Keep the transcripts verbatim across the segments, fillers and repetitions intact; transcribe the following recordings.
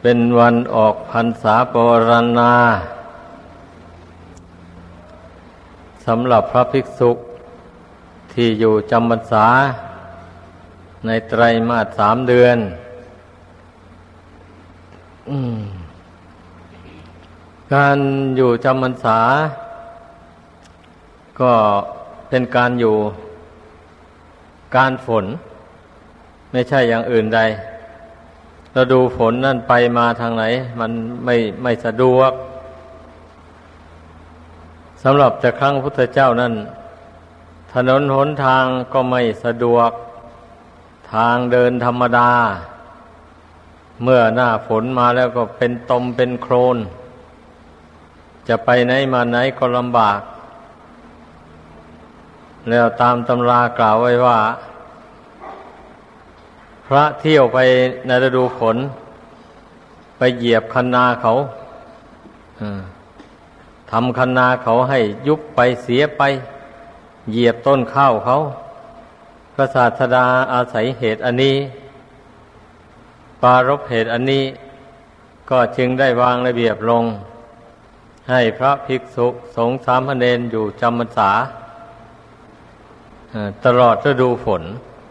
เป็นวันออกพรรษาปรณาสำหรับพระภิกษุที่อยู่จำพรรษาในไตรมาสสามเดือนการอยู่จำพรรษาก็เป็นการอยู่การฝนไม่ใช่อย่างอื่นใดเราดูฝนนั่นไปมาทางไหนมันไม่ไม่สะดวกสำหรับแต่ครั้งพุทธเจ้านั้นถนนหนทางก็ไม่สะดวกทางเดินธรรมดาเมื่อหน้าฝนมาแล้วก็เป็นตมเป็นโคลนจะไปไหนมาไหนก็ลำบากแล้วตามตำรากล่าวไว้ว่าพระเที่ยวไปในฤดูฝนไปเหยียบคันนาเขาทำคันนาเขาให้ยุบไปเสียไปเหยียบต้นข้าวเขาพระศาสดาอาศัยเหตุอันนี้ปรารภเหตุอันนี้ก็จึงได้วางระเบียบลงให้พระภิกษุสงฆ์สามเณรอยู่จำพรรษาตลอดฤดูฝน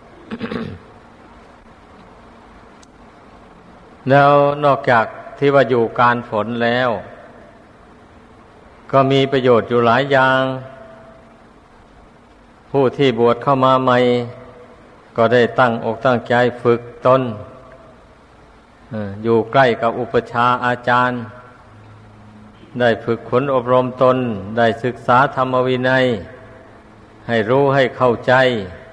แล้วนอกจากที่ว่าอยู่การฝนแล้วก็มีประโยชน์อยู่หลายอย่างผู้ที่บวชเข้ามาใหม่ก็ได้ตั้งอกตั้งใจฝึกตนอยู่ใกล้กับอุปชฌาย์อาจารย์ได้ฝึกฝนอบรมตนได้ศึกษาธรรมวินัยให้รู้ให้เข้าใจ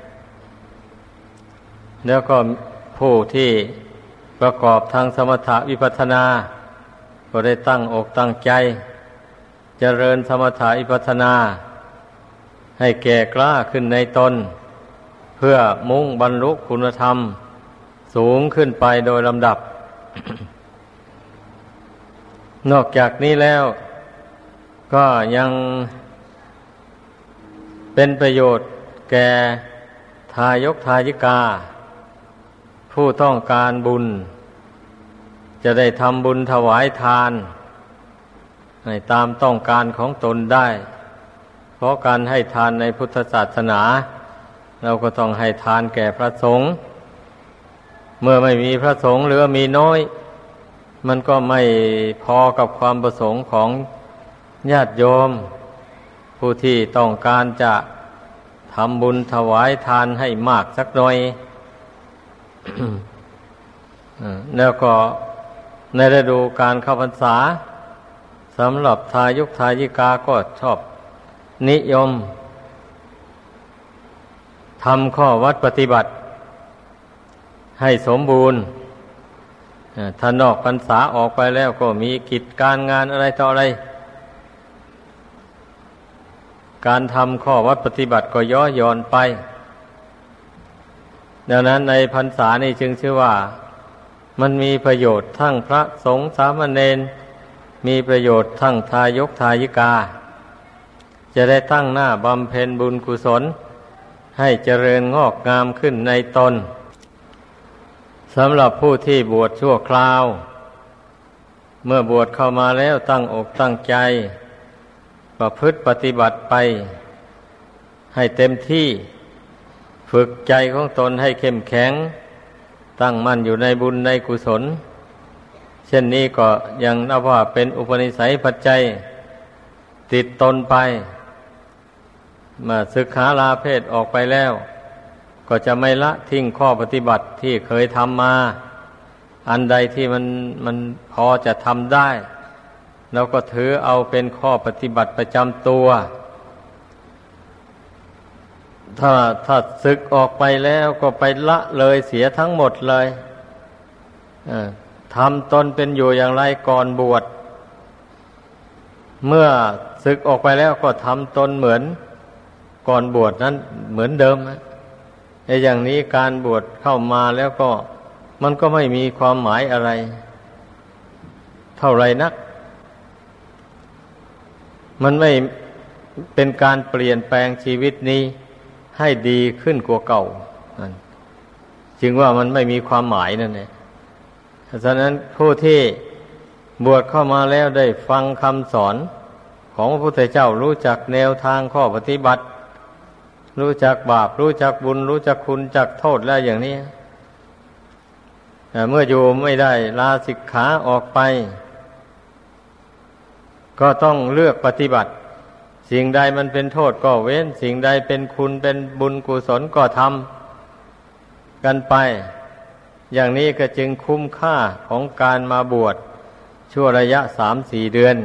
แล้วก็ผู้ที่ประกอบทางสมถะวิปัสสนาก็ได้ตั้งอกตั้งใจเจริญสมถะวิปัสสนาให้แก่กล้าขึ้นในตนเพื่อมุ่งบรรลุคุณธรรมสูงขึ้นไปโดยลำดับ นอกจากนี้แล้วก็ยังเป็นประโยชน์แก่ทายกทายิกาผู้ต้องการบุญจะได้ทำบุญถวายทานให้ตามต้องการของตนได้เพราะการให้ทานในพุทธศาสนาเราก็ต้องให้ทานแก่พระสงฆ์เมื่อไม่มีพระสงฆ์หรือมีน้อยมันก็ไม่พอกับความประสงค์ของญาติโยมผู้ที่ต้องการจะทำบุญถวายทานให้มากสักหน่อย แล้วก็ในฤดูการเข้าพรรษาสำหรับทายกทายิกาก็ชอบนิยมทำข้อวัดปฏิบัติให้สมบูรณ์ถ้านอกพรรษาออกไปแล้วก็มีกิจการงานอะไรต่ออะไรการทำข้อวัดปฏิบัติก็ย่อหย่อนไปดังนั้นในพรรษานี้จึงชื่อว่ามันมีประโยชน์ทั้งพระสงฆ์สามเณรมีประโยชน์ทั้งทายกทายิกาจะได้ตั้งหน้าบำเพ็ญบุญกุศลให้เจริญงอกงามขึ้นในตนสำหรับผู้ที่บวชชั่วคราวเมื่อบวชเข้ามาแล้วตั้งอกตั้งใจประพฤติปฏิบัติไปให้เต็มที่ฝึกใจของตนให้เข้มแข็งตั้งมั่นอยู่ในบุญในกุศลเช่นนี้ก็ยังนับว่าเป็นอุปนิสัยปัจจัยติดตนไปมาศึกษาลาเพศออกไปแล้วก็จะไม่ละทิ้งข้อปฏิบัติที่เคยทำมาอันใดที่มันมันพอจะทำได้เราก็ถือเอาเป็นข้อปฏิบัติประจำตัวถ้าถ้าศึกออกไปแล้วก็ไปละเลยเสียทั้งหมดเลยทำตนเป็นอยู่อย่างไรก่อนบวชเมื่อศึกออกไปแล้วก็ทำตนเหมือนก่อนบวชนั้นเหมือนเดิมนะไอ้อย่างนี้การบวชเข้ามาแล้วก็มันก็ไม่มีความหมายอะไรเท่าไรนักมันไม่เป็นการเปลี่ยนแปลงชีวิตนี้ให้ดีขึ้นกว่าเก่าจึงว่ามันไม่มีความหมายนั่นแหละฉะนั้นผู้ที่บวชเข้ามาแล้วได้ฟังคำสอนของพระพุทธเจ้ารู้จักแนวทางข้อปฏิบัติรู้จักบาปรู้จักบุญรู้จักคุณจักโทษแล้วอย่างนี้เมื่ออยู่ไม่ได้ลาสิกขาออกไปก็ต้องเลือกปฏิบัติสิ่งใดมันเป็นโทษก็เว้นสิ่งใดเป็นคุณเป็นบุญกุศลก็ทำกันไปอย่างนี้ก็จึงคุ้มค่าของการมาบวชชั่วระยะสามสี่เดือน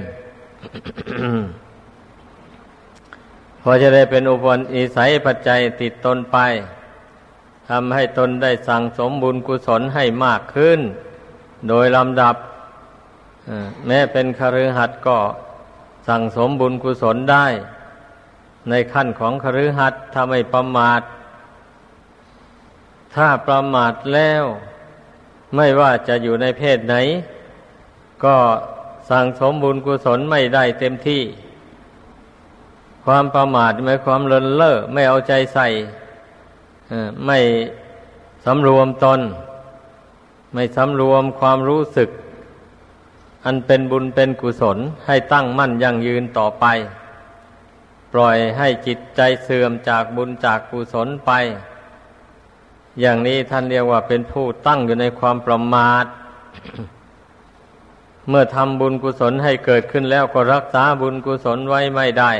พอจะได้เป็นอุปนิสัยปัจจัยติดตนไปทำให้ตนได้สั่งสมบุญกุศลให้มากขึ้นโดยลำดับแม้เป็นคฤหัสถ์ก็สั่งสมบุญกุศลได้ในขั้นของคฤหัสถ์ถ้าไม่ประมาทถ้าประมาทแล้วไม่ว่าจะอยู่ในเพศไหนก็สั่งสมบุญกุศลไม่ได้เต็มที่ความประมาทหมายความเลินเล่อไม่เอาใจใส่ไม่สำรวมตนไม่สำรวมความรู้สึกอันเป็นบุญเป็นกุศลให้ตั้งมั่นยั่งยืนต่อไปปล่อยให้จิตใจเสื่อมจากบุญจากกุศลไปอย่างนี้ท่านเรียกว่าเป็นผู้ตั้งอยู่ในความประมาท เมื่อทำบุญกุศลให้เกิดขึ้นแล้วก็รักษาบุญกุศลไว้ไม่ได้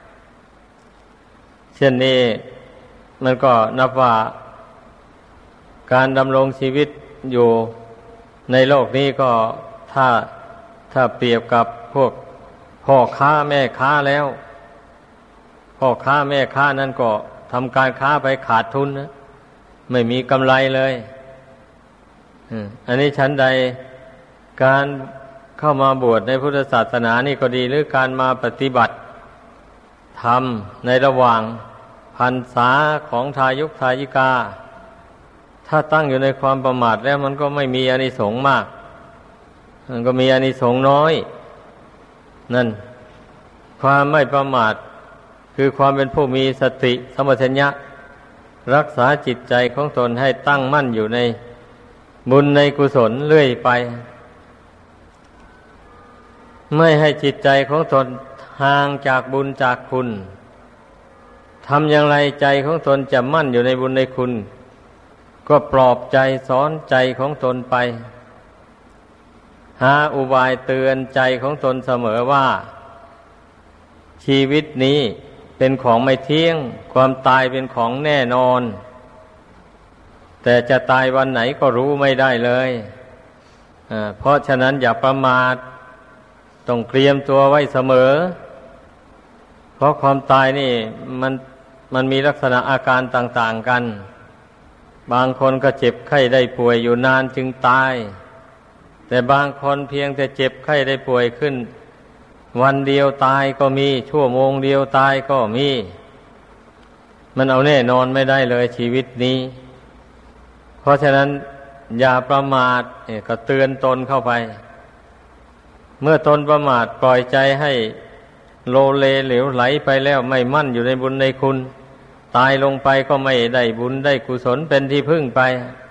เช่นนี้มันก็นับว่าการดำรงชีวิตอยู่ในโลกนี้ก็ถ้าถ้าเปรียบกับพวกพ่อค้าแม่ค้าแล้วพ่อค้าแม่ค้านั่นก็ทำการค้าไปขาดทุนนะไม่มีกำไรเลยอันนี้ชั้นใดการเข้ามาบวชในพุทธศาสนานี่ก็ดีหรือการมาปฏิบัติธรรมในระหว่างพรรษาของทายุกทายิกาถ้าตั้งอยู่ในความประมาทแล้วมันก็ไม่มีอานิสงส์มากมันก็มีอานิสงส์น้อยนั่นความไม่ประมาทคือความเป็นผู้มีสติสัมปชัญญะรักษาจิตใจของตนให้ตั้งมั่นอยู่ในบุญในกุศลเรื่อยไปไม่ให้จิตใจของตนห่างจากบุญจากคุณทำอย่างไรใจของตนจะมั่นอยู่ในบุญในคุณก็ปลอบใจสอนใจของตนไปหาอุบายเตือนใจของตนเสมอว่าชีวิตนี้เป็นของไม่เที่ยงความตายเป็นของแน่นอนแต่จะตายวันไหนก็รู้ไม่ได้เลยเพราะฉะนั้นอย่าประมาทต้องเตรียมตัวไว้เสมอเพราะความตายนี่มันมันมีลักษณะอาการต่างๆกันบางคนก็เจ็บไข้ได้ป่วยอยู่นานจึงตายแต่บางคนเพียงแต่เจ็บไข้ได้ป่วยขึ้นวันเดียวตายก็มีชั่วโมงเดียวตายก็มีมันเอาแน่นอนไม่ได้เลยชีวิตนี้เพราะฉะนั้นอย่าประมาทก็เตือนตนเข้าไปเมื่อตนประมาทปล่อยใจให้โลเลเหลวไหลไปแล้วไม่มั่นอยู่ในบุญในคุณตายลงไปก็ไม่ได้บุญได้กุศลเป็นที่พึ่งไป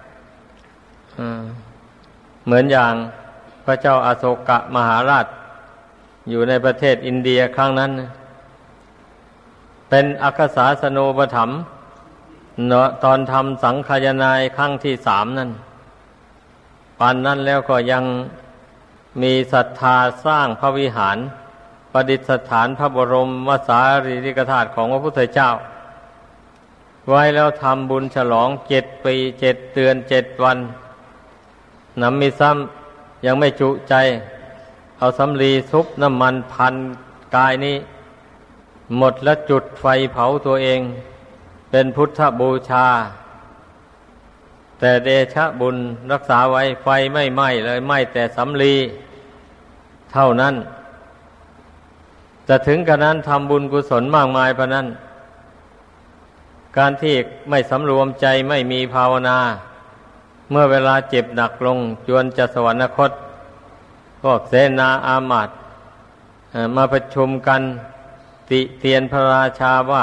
เหมือนอย่างพระเจ้าอโศกมหาราชอยู่ในประเทศอินเดียครั้งนั้นเป็นอักษาสโนปถัมภ์ตอนทำสังฆายนายครั้งที่สามนั้นปานนั้นแล้วก็ยังมีศรัทธาสร้างพระวิหารประดิษฐานพระบรมวสารีริกธาตุของพระพุทธเจ้าไว้แล้วทำบุญฉลองเจ็ดปีเจ็ดเดือนเจ็ดวันน้ำมีซ้ำยังไม่จุใจเอาสำลีซุปน้ำมันพันกายนี้หมดแล้วจุดไฟเผาตัวเองเป็นพุทธบูชาแต่เดชะบุญรักษาไว้ไฟไม่ไหม้เลยไหม้แต่สำลีเท่านั้นจะถึงกระนั้นทำบุญกุศลมากมายปานนั้นการที่ไม่สำรวมใจไม่มีภาวนาเมื่อเวลาเจ็บหนักลงจวนจะสวรรคตพวกเสนาอามาตย์มาประชุมกันติเตียนพระราชาว่า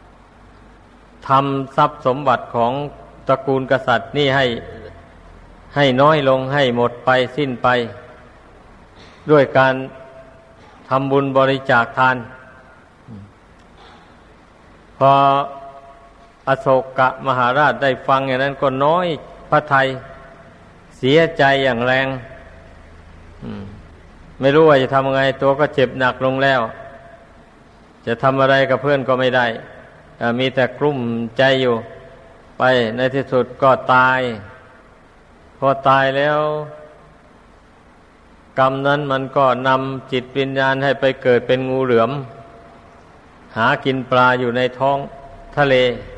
ทำทรัพย์สมบัติของตระกูลกษัตริย์นี่ให้ให้น้อยลงให้หมดไปสิ้นไปด้วยการทำบุญบริจาคทานพออโศกมหาราชได้ฟังอย่างนั้นก็น้อยพระทัยเสียใจอย่างแรงไม่รู้ว่าจะทำยังไงตัวก็เจ็บหนักลงแล้วจะทำอะไรกับเพื่อนก็ไม่ได้มีแต่กลุ้มใจอยู่ไปในที่สุดก็ตายพอตายแล้วกรรมนั้นมันก็นำจิตวิญญาณให้ไปเกิดเป็นงูเหลือมหากินปลาอยู่ในท้องทะเล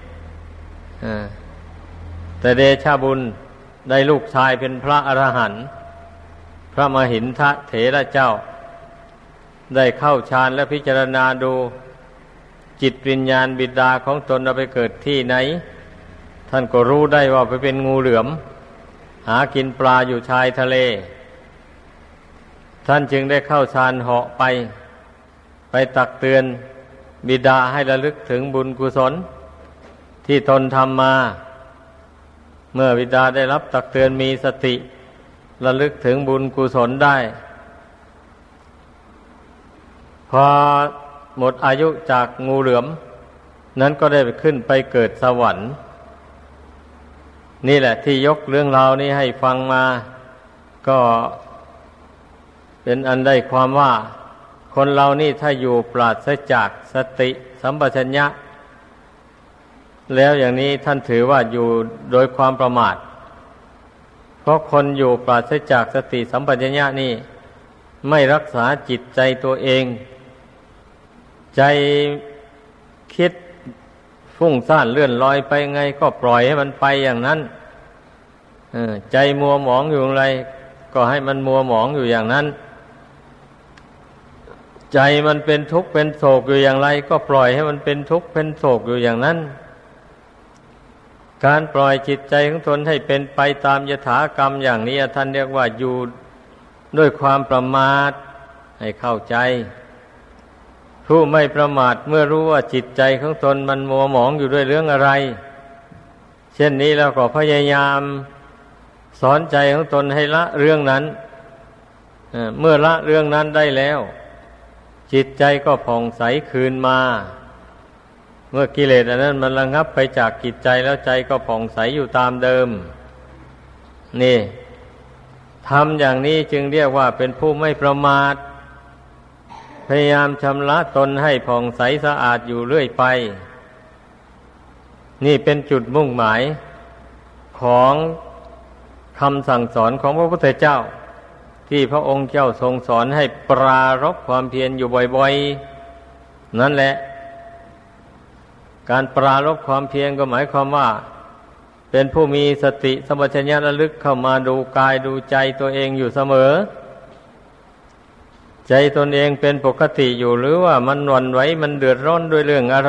แต่เดชะบุญได้ลูกชายเป็นพระอรหันต์พระมหินทะเถระเจ้าได้เข้าฌานและพิจารณาดูจิตวิญญาณบิดาของตนเอาไปเกิดที่ไหนท่านก็รู้ได้ว่าไปเป็นงูเหลือมหากินปลาอยู่ชายทะเลท่านจึงได้เข้าฌานเหาะไปไปตักเตือนบิดาให้ระลึกถึงบุญกุศลที่ตนทำมาเมื่อบิดาได้รับตักเตือนมีสติระลึกถึงบุญกุศลได้พอหมดอายุจากงูเหลือมนั้นก็ได้ไปขึ้นไปเกิดสวรรค์นี่แหละที่ยกเรื่องราวนี้ให้ฟังมาก็เป็นอันได้ความว่าคนเรานี่ถ้าอยู่ปราศจากสติสัมปชัญญะแล้วอย่างนี้ท่านถือว่าอยู่โดยความประมาทเพราะคนอยู่ปราศจากสติสัมปชัญญะนี่ไม่รักษาจิตใจตัวเองใจคิดฟุ้งซ่านเลื่อนลอยไปไงก็ปล่อยให้มันไปอย่างนั้นใจมัวหมองอยู่อะไรก็ให้มันมัวหมองอยู่อย่างนั้นใจมันเป็นทุกข์เป็นโศกอยู่อย่างไรก็ปล่อยให้มันเป็นทุกข์เป็นโศกอยู่อย่างนั้นการปล่อยจิตใจของตนให้เป็นไปตามยถากรรมอย่างนี้ท่านเรียกว่าอยู่ด้วยความประมาทให้เข้าใจผู้ไม่ประมาทเมื่อรู้ว่าจิตใจของตนมันมัวหมองอยู่ด้วยเรื่องอะไรเช่นนี้แล้วก็พยายามสอนใจของตนให้ละเรื่องนั้นเมื่อละเรื่องนั้นได้แล้วจิตใจก็ผ่องใสคืนมาเมื่อกิเลสอันนั้นมันระงับไปจากจิตใจแล้วใจก็ผ่องใสอยู่ตามเดิมนี่ทำอย่างนี้จึงเรียกว่าเป็นผู้ไม่ประมาทพยายามชำระตนให้ผ่องใสสะอาดอยู่เรื่อยไปนี่เป็นจุดมุ่งหมายของคำสั่งสอนของพระพุทธเจ้าที่พระองค์เจ้าทรงสอนให้ปรารภความเพียรอยู่บ่อยๆนั่นแหละการปรารภความเพียรก็หมายความว่าเป็นผู้มีสติสัมปชัญญะระลึกเข้ามาดูกายดูใจตัวเองอยู่เสมอใจตนเองเป็นปกติอยู่หรือว่ามันหวั่นไหวมันเดือดร้อนด้วยเรื่องอะไร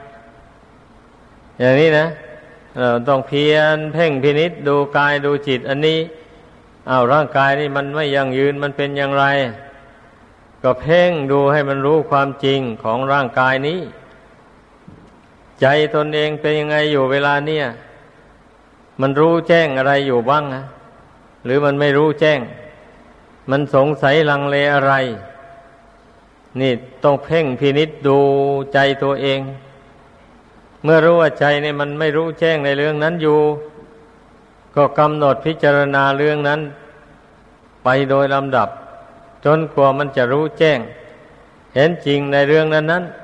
อย่างนี้นะเราต้องเพียรเพ่งพินิจดูกายดูจิตอันนี้อ้าวร่างกายนี่มันไม่ยั่งยืนมันเป็นอย่างไรก็เพ่งดูให้มันรู้ความจริงของร่างกายนี้ใจตนเองเป็นยังไงอยู่เวลาเนี้ยมันรู้แจ้งอะไรอยู่บ้างนะหรือมันไม่รู้แจ้งมันสงสัยลังเลอะไรนี่ต้องเพ่งพินิจดูใจตัวเองเมื่อรู้ว่าใจเนี่ยมันไม่รู้แจ้งในเรื่องนั้นอยู่ก็กำหนดพิจารณาเรื่องนั้นไปโดยลำดับจนกว่ามันจะรู้แจ้งเห็นจริงในเรื่องนั้นนั้น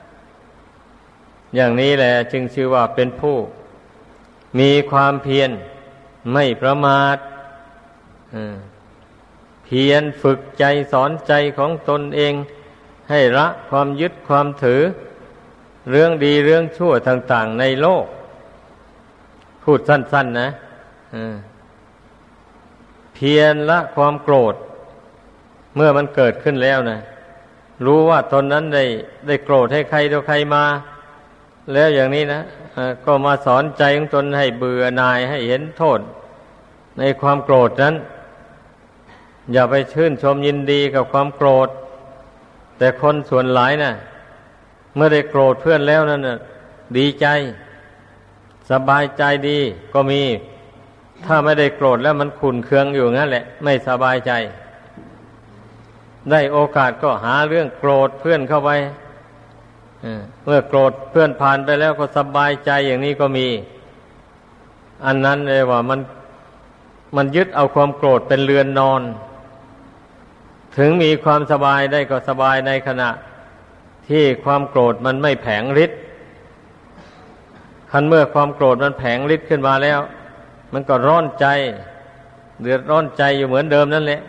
อย่างนี้แหละจึงชื่อว่าเป็นผู้มีความเพียรไม่ประมาทเพียรฝึกใจสอนใจของตนเองให้ละความยึดความถือเรื่องดีเรื่องชั่วต่างๆในโลกพูดสั้นๆนะเพียรละความโกรธเมื่อมันเกิดขึ้นแล้วนะรู้ว่าตนนั้นได้ได้โกรธให้ใครต่อใครมาแล้วอย่างนี้นะก็มาสอนใจของตนให้เบื่อหน่ายให้เห็นโทษในความโกรธนั้นอย่าไปชื่นชมยินดีกับความโกรธแต่คนส่วนหลายนะ่ะเมื่อได้โกรธเพื่อนแล้วนั่นน่ะดีใจสบายใจดีก็มีถ้าไม่ได้โกรธแล้วมันขุ่นเคืองอยู่งั้นแหละไม่สบายใจได้โอกาสก็หาเรื่องโกรธเพื่อนเข้าไปเมื่อโกรธเพื่อนผ่านไปแล้วก็สบายใจอย่างนี้ก็มีอันนั้นเลยว่ามันมันยึดเอาความโกรธเป็นเรือนนอนถึงมีความสบายได้ก็สบายในขณะที่ความโกรธมันไม่แผงฤทธิ์คันเมื่อความโกรธมันแผงฤทธิ์ขึ้นมาแล้วมันก็ร้อนใจเดือดร้อนใจอยู่เหมือนเดิมนั่นแหละ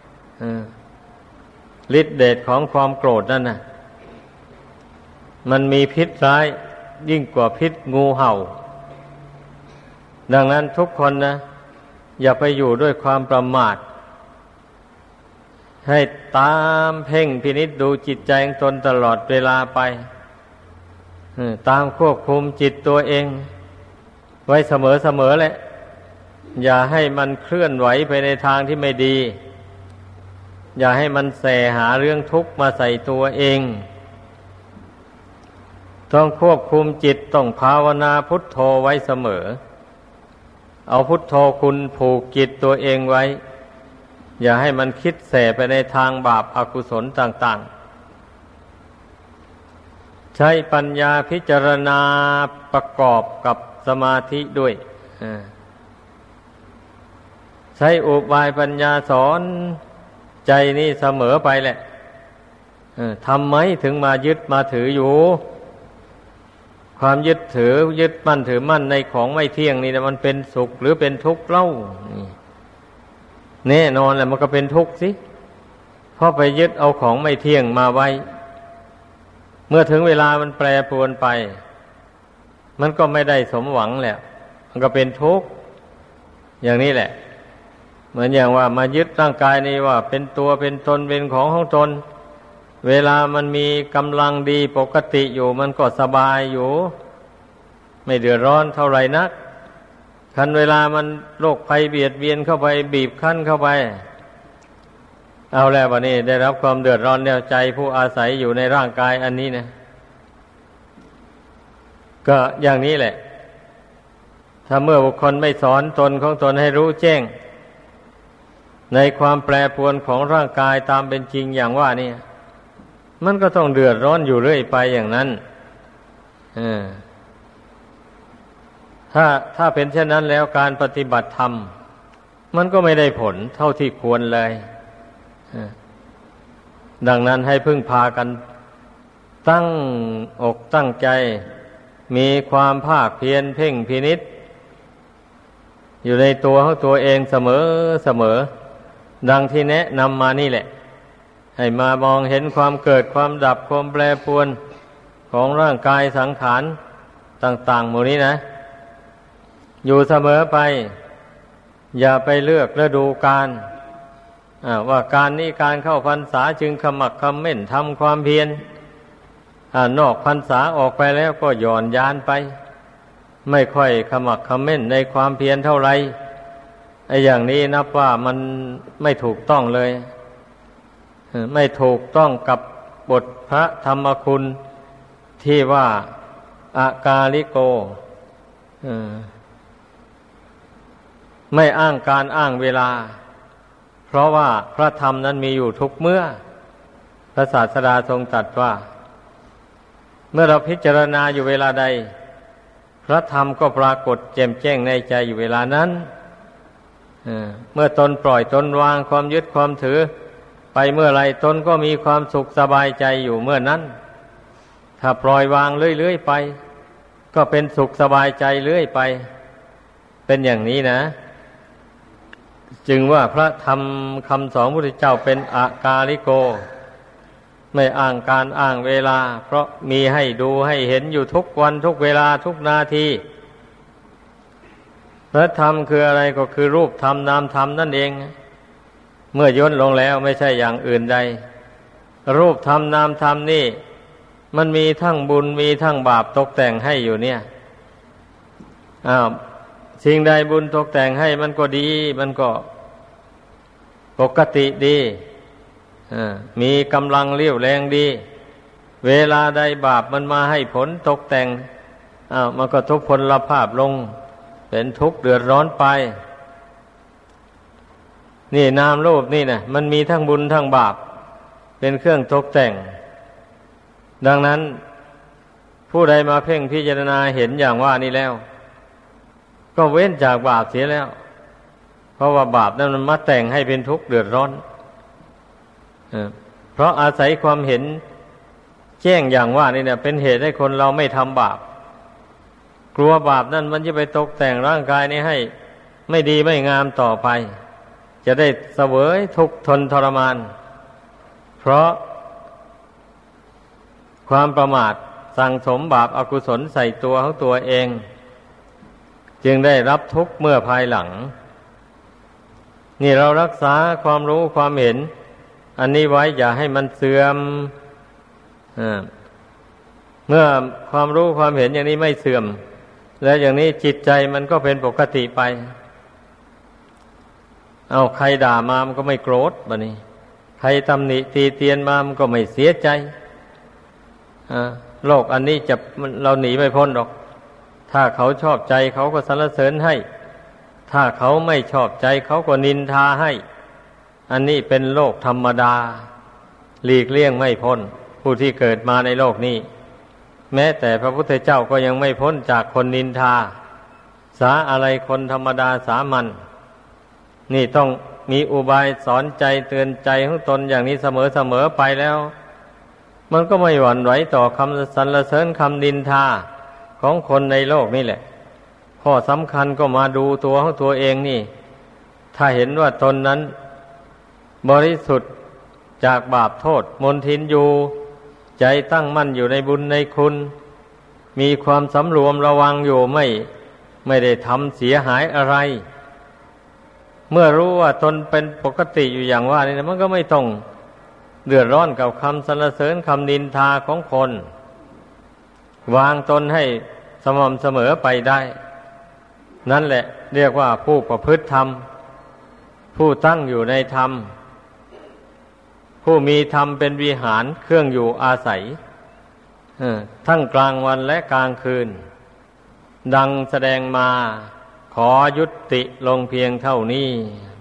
ฤทธิ์เดชของความโกรธนั่นน่ะมันมีพิษร้ายยิ่งกว่าพิษงูเห่าดังนั้นทุกคนนะอย่าไปอยู่ด้วยความประมาทให้ตามเพ่งพินิจดูจิตใจของตนตลอดเวลาไปตามควบคุมจิตตัวเองไว้เสมอเสมอแหละอย่าให้มันเคลื่อนไหวไปในทางที่ไม่ดีอย่าให้มันแสหาเรื่องทุกข์มาใส่ตัวเองต้องควบคุมจิตต้องภาวนาพุทโธไว้เสมอเอาพุทโธคุณผูกจิตตัวเองไว้อย่าให้มันคิดแส่ไปในทางบาปอกุศลต่างๆใช้ปัญญาพิจารณาประกอบกับสมาธิด้วยใช้อุบายปัญญาสอนใจนี่เสมอไปแหละทำไมถึงมายึดมาถืออยู่ความยึดถือยึดมั่นถือมั่นในของไม่เที่ยงนี่นะมันเป็นสุขหรือเป็นทุกข์เล่าแน่นอนแหละมันก็เป็นทุกข์สิเพราะไปยึดเอาของไม่เที่ยงมาไว้เมื่อถึงเวลามันแปรปรวนไปมันก็ไม่ได้สมหวังแหละมันก็เป็นทุกข์อย่างนี้แหละเหมือนอย่างว่ามายึดร่างกายนี้ว่าเป็นตัวเป็นตนเป็นของของตนเวลามันมีกำลังดีปกติอยู่มันก็สบายอยู่ไม่เดือดร้อนเท่าไหร่นักคันเวลามันโรคภัยเบียดเบียนเข้าไปบีบคั้นเข้าไปเอาแล้ววันนี้ได้รับความเดือดร้อนแนวใจผู้อาศัยอยู่ในร่างกายอันนี้นะก็อย่างนี้แหละถ้าเมื่อบุคคลไม่สอนตนของตนให้รู้แจ้งในความแปรปรวนของร่างกายตามเป็นจริงอย่างว่านี่มันก็ต้องเดือดร้อนอยู่เรื่อยไปอย่างนั้นถ้าถ้าเป็นเช่นนั้นแล้วการปฏิบัติธรรมมันก็ไม่ได้ผลเท่าที่ควรเลยดังนั้นให้พึ่งพากันตั้งอกตั้งใจมีความภาคเพียรเพ่งพินิจอยู่ในตัวของตัวเองเสมอเสมอดังที่แนะนำมานี่แหละให้มามองเห็นความเกิดความดับความแปรปรวนของร่างกายสังขารต่างๆหมู่นี้นะอยู่เสมอไปอย่าไปเลือกฤดูกาลว่าการนี้การเข้าพรรษาจึงขมักเขม้นทำความเพียรนอกพรรษาออกไปแล้วก็หย่อนยานไปไม่ค่อยขมักเขม้นในความเพียรเท่าไหร่ไอ้อย่างนี้นับว่ามันไม่ถูกต้องเลยไม่ถูกต้องกับบทพระธรรมคุณที่ว่าอากาลิโกไม่อ้างการอ้างเวลาเพราะว่าพระธรรมนั้นมีอยู่ทุกเมื่อพระศาสดาทรงตรัสว่าเมื่อเราพิจารณาอยู่เวลาใดพระธรรมก็ปรากฏแจ่มแจ้งในใจอยู่เวลานั้นเมื่อตนปล่อยตนวางความยึดความถือไปเมื่อไรตนก็มีความสุขสบายใจอยู่เมื่อนั้นถ้าปล่อยวางเรื่อยๆไปก็เป็นสุขสบายใจเรื่อยไปเป็นอย่างนี้นะจึงว่าพระธรรมคำสอนพระพุทธเจ้าเป็นอากาลิโกไม่อ้างการอ้างเวลาเพราะมีให้ดูให้เห็นอยู่ทุกวันทุกเวลาทุกนาทีพระธรรมคืออะไรก็คือรูปธรรมนามธรรมนั่นเองเมื่อย่นลงแล้วไม่ใช่อย่างอื่นใดรูปธรรมนามธรรมนี่มันมีทั้งบุญมีทั้งบาปตกแต่งให้อยู่เนี่ยอ้าวสิ่งใดบุญตกแต่งให้มันก็ดีมันก็ปกติดีมีกำลังเรี่ยวแรงดีเวลาใดบาปมันมาให้ผลตกแต่งอ้าวมันก็ทุกพลภาพลงเป็นทุกข์เดือดร้อนไปนี่นามรูปนี่นะมันมีทั้งบุญทั้งบาปเป็นเครื่องตกแต่งดังนั้นผู้ใดมาเพ่งพิจารณาเห็นอย่างว่านี้แล้วก็เว้นจากบาปเสียแล้วเพราะว่าบาปนั้นมันมาแต่งให้เป็นทุกข์เดือดร้อนเพราะอาศัยความเห็นแจ้งอย่างว่านี่เนี่ยเป็นเหตุให้คนเราไม่ทำบาปกลัวบาปนั้นมันจะไปตกแต่งร่างกายนี้ให้ไม่ดีไม่งามต่อไปจะได้เสวยทุกข์ทนทรมานเพราะความประมาทสั่งสมบาปอกุศลใส่ตัวของตัวเองจึงได้รับทุกข์เมื่อภายหลังนี่เรารักษาความรู้ความเห็นอันนี้ไว้อย่าให้มันเสื่อมเมื่อความรู้ความเห็นอย่างนี้ไม่เสื่อมแล้วอย่างนี้จิตใจมันก็เป็นปกติไปเอาใครด่ามามันก็ไม่โกรธบัดนี้ใครตำหนิตีเตียนมามันก็ไม่เสียใจโลกอันนี้จะเราหนีไม่พ้นหรอกถ้าเขาชอบใจเขาก็สรรเสริญให้ถ้าเขาไม่ชอบใจเขาก็นินทาให้อันนี้เป็นโลกธรรมดาหลีกเลี่ยงไม่พ้นผู้ที่เกิดมาในโลกนี้แม้แต่พระพุทธเจ้าก็ยังไม่พ้นจากคนนินทาสาอะไรคนธรรมดาสามัญนี่ต้องมีอุบายสอนใจเตือนใจของตนอย่างนี้เสมอๆไปแล้วมันก็ไม่หวั่นไหวต่อคำสรรเสริญคำนินทาของคนในโลกนี่แหละข้อสำคัญก็มาดูตัวของตัวเองนี่ถ้าเห็นว่าตนนั้นบริสุทธิ์จากบาปโทษมลทินอยู่ใจตั้งมั่นอยู่ในบุญในคุณมีความสำรวมระวังอยู่ไม่ไม่ได้ทำเสียหายอะไรเมื่อรู้ว่าตนเป็นปกติอยู่อย่างว่านี่นะมันก็ไม่ต้องเดือดร้อนกับคำสรรเสริญคำนินทาของคนวางตนให้สม่ำเสมอไปได้นั่นแหละเรียกว่าผู้ประพฤติธรรมผู้ตั้งอยู่ในธรรมผู้มีธรรมเป็นวิหารเครื่องอยู่อาศัยทั้งกลางวันและกลางคืนดังแสดงมาขอยุติลงเพียงเท่านี้